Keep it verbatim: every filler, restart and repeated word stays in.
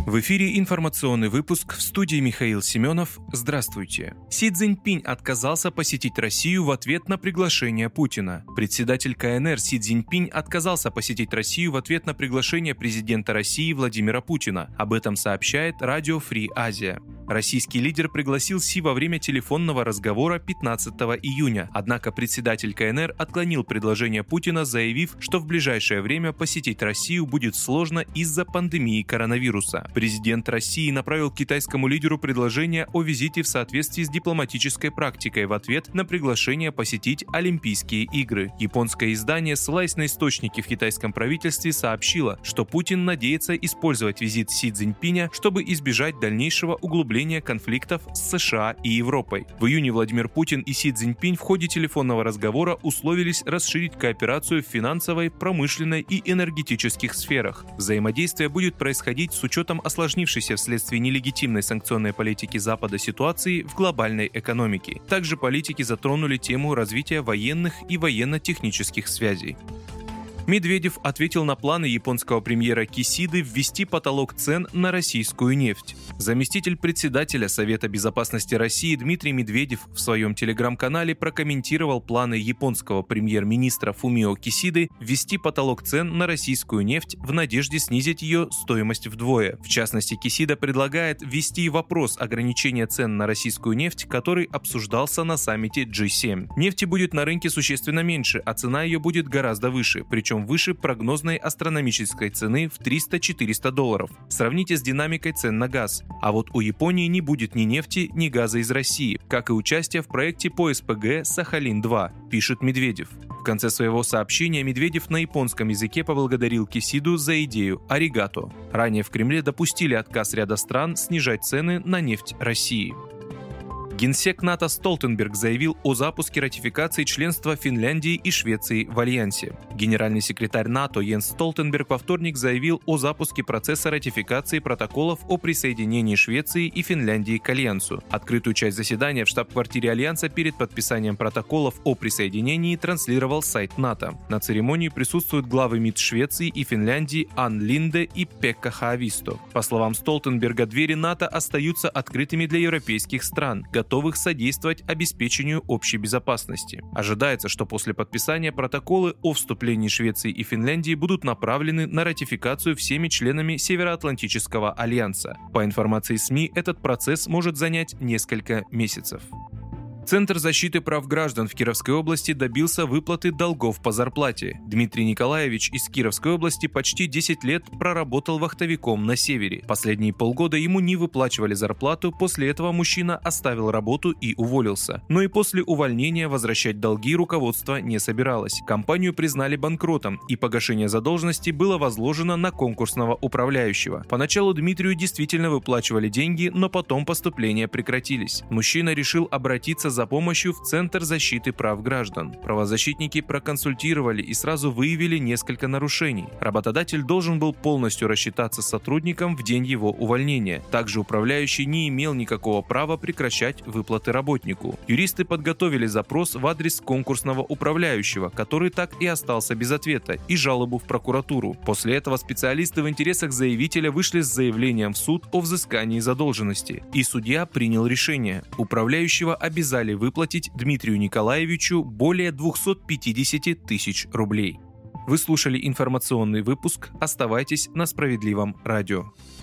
В эфире информационный выпуск, в студии Михаил Семенов. Здравствуйте. Си Цзиньпинь отказался посетить Россию в ответ на приглашение Путина. Председатель ка эн эр Си Цзиньпинь отказался посетить Россию в ответ на приглашение президента России Владимира Путина. Об этом сообщает радио Free Asia. Российский лидер пригласил Си во время телефонного разговора пятнадцатого июня, однако председатель ка эн эр отклонил предложение Путина, заявив, что в ближайшее время посетить Россию будет сложно из-за пандемии коронавируса. Президент России направил китайскому лидеру предложение о визите в соответствии с дипломатической практикой в ответ на приглашение посетить Олимпийские игры. Японское издание, ссылаясь на источники в китайском правительстве, сообщило, что Путин надеется использовать визит Си Цзиньпиня, чтобы избежать дальнейшего углубления конфликтов с США и Европой. В июне Владимир Путин и Си Цзиньпинь в ходе телефонного разговора условились расширить кооперацию в финансовой, промышленной и энергетических сферах. Взаимодействие будет происходить с учетом осложнившейся вследствие нелегитимной санкционной политики Запада ситуации в глобальной экономике. Также политики затронули тему развития военных и военно-технических связей. Медведев ответил на планы японского премьера Кисиды ввести потолок цен на российскую нефть. Заместитель председателя Совета безопасности России Дмитрий Медведев в своем телеграм-канале прокомментировал планы японского премьер-министра Фумио Кисиды ввести потолок цен на российскую нефть в надежде снизить ее стоимость вдвое. В частности, Кисида предлагает ввести вопрос ограничения цен на российскую нефть, который обсуждался на саммите джи семь. Нефти будет на рынке существенно меньше, а цена ее будет гораздо выше, причем выше прогнозной астрономической цены в триста-четыреста долларов. Сравните с динамикой цен на газ. А вот у Японии не будет ни нефти, ни газа из России, как и участия в проекте по эс пэ гэ «Сахалин-два», пишет Медведев. В конце своего сообщения Медведев на японском языке поблагодарил Кисиду за идею «Аригато». Ранее в Кремле допустили отказ ряда стран снижать цены на нефть России. Генсек НАТО Столтенберг заявил о запуске ратификации членства Финляндии и Швеции в Альянсе. Генеральный секретарь НАТО Йенс Столтенберг во вторник заявил о запуске процесса ратификации протоколов о присоединении Швеции и Финляндии к Альянсу. Открытую часть заседания в штаб-квартире Альянса перед подписанием протоколов о присоединении транслировал сайт НАТО. На церемонии присутствуют главы МИД Швеции и Финляндии Ан Линде и Пекка Хаависто. По словам Столтенберга, двери НАТО остаются открытыми для европейских стран, готовых содействовать обеспечению общей безопасности. Ожидается, что после подписания протоколы о вступлении Швеции и Финляндии будут направлены на ратификацию всеми членами Североатлантического альянса. По информации СМИ, этот процесс может занять несколько месяцев. Центр защиты прав граждан в Кировской области добился выплаты долгов по зарплате. Дмитрий Николаевич из Кировской области почти десять лет проработал вахтовиком на севере. Последние полгода ему не выплачивали зарплату, после этого мужчина оставил работу и уволился. Но и после увольнения возвращать долги руководство не собиралось. Компанию признали банкротом, и погашение задолженности было возложено на конкурсного управляющего. Поначалу Дмитрию действительно выплачивали деньги, но потом поступления прекратились. Мужчина решил обратиться за за помощью в Центр защиты прав граждан. Правозащитники проконсультировали и сразу выявили несколько нарушений. Работодатель должен был полностью рассчитаться с сотрудником в день его увольнения. Также управляющий не имел никакого права прекращать выплаты работнику. Юристы подготовили запрос в адрес конкурсного управляющего, который так и остался без ответа, и жалобу в прокуратуру. После этого специалисты в интересах заявителя вышли с заявлением в суд о взыскании задолженности. И судья принял решение. Управляющего обязали выплатить Дмитрию Николаевичу более двести пятьдесят тысяч рублей. Вы слушали информационный выпуск. Оставайтесь на Справедливом радио.